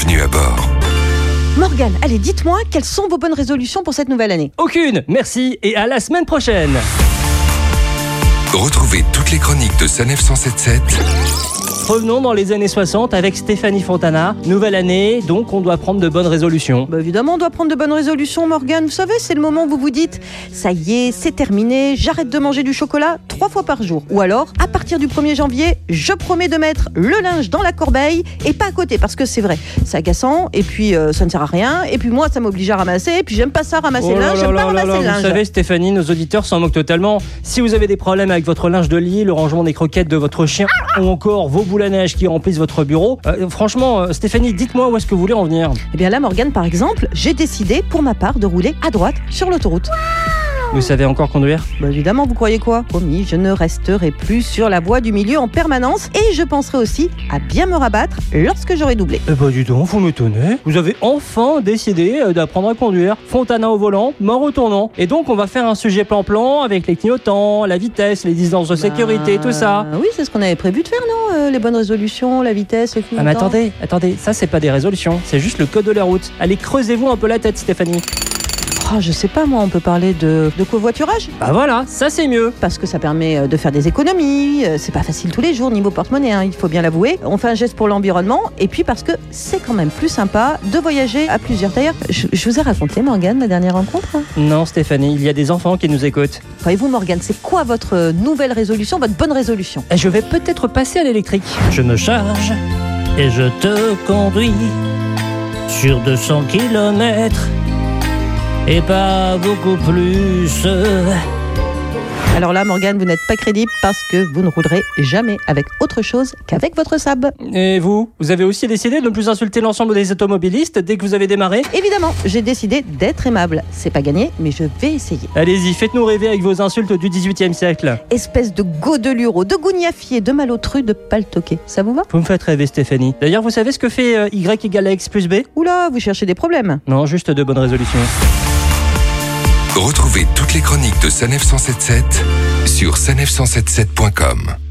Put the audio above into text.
bienvenue à bord. Morgane, allez, dites-moi, quelles sont vos bonnes résolutions pour cette nouvelle année ? Aucune, merci et à la semaine prochaine. Retrouvez toutes les chroniques de Sanef 177. Revenons dans les années 60 avec Stéphanie Fontana. Nouvelle année, donc on doit prendre de bonnes résolutions. Évidemment, on doit prendre de bonnes résolutions, Morgane. Vous savez, c'est le moment où vous vous dites « Ça y est, c'est terminé, j'arrête de manger du chocolat 3 fois par jour. » Ou alors, à partir du 1er janvier, je promets de mettre le linge dans la corbeille et pas à côté, parce que c'est vrai, c'est agaçant, et puis ça ne sert à rien, et puis moi, ça m'oblige à ramasser, et puis j'aime pas ça, ramasser le linge, j'aime pas ramasser le linge. Vous savez, Stéphanie, nos auditeurs s'en moquent totalement. Si vous avez des problèmes avec votre linge de lit, le rangement des croquettes de votre chien, ou encore vos boules à neige qui remplissent votre bureau, franchement, Stéphanie, dites-moi où est-ce que vous voulez en venir. Eh bien là, Morgane, par exemple, j'ai décidé, pour ma part, de rouler à droite sur l'autoroute. Vous savez encore conduire ? Évidemment, vous croyez quoi ? Promis, je ne resterai plus sur la voie du milieu en permanence et je penserai aussi à bien me rabattre lorsque j'aurai doublé. Dis donc, vous m'étonnez. Vous avez enfin décidé d'apprendre à conduire. Fontana au volant, mort au tournant. Et donc, on va faire un sujet plan-plan avec les clignotants, la vitesse, les distances de sécurité, tout ça. Oui, c'est ce qu'on avait prévu de faire, non ? Les bonnes résolutions, la vitesse, le clignotants. Mais attendez, ça c'est pas des résolutions, c'est juste le code de la route. Allez, creusez-vous un peu la tête, Stéphanie. Je sais pas, moi, on peut parler de covoiturage ? Voilà, ça c'est mieux. Parce que ça permet de faire des économies, c'est pas facile tous les jours niveau porte-monnaie, il faut bien l'avouer. On fait un geste pour l'environnement, et puis parce que c'est quand même plus sympa de voyager à plusieurs. D'ailleurs, je vous ai raconté, Morgane, ma dernière rencontre ? Non, Stéphanie, il y a des enfants qui nous écoutent. Et vous, Morgane, c'est quoi votre nouvelle résolution, votre bonne résolution ? Je vais peut-être passer à l'électrique. Je me charge et je te conduis sur 200 km. Et pas beaucoup plus. Alors là, Morgane, vous n'êtes pas crédible parce que vous ne roulerez jamais avec autre chose qu'avec votre Saab. Et vous avez aussi décidé de ne plus insulter l'ensemble des automobilistes dès que vous avez démarré ? Évidemment, j'ai décidé d'être aimable. C'est pas gagné, mais je vais essayer. Allez-y, faites-nous rêver avec vos insultes du 18e siècle. Espèce de godeluro, de gougnafier, de malotru, de paltoqué. Ça vous va ? Vous me faites rêver, Stéphanie. D'ailleurs, vous savez ce que fait Y égale X plus B ? Oula, vous cherchez des problèmes ? Non, juste de bonnes résolutions. Retrouvez toutes les chroniques de Sanef 177 sur sanef177.com.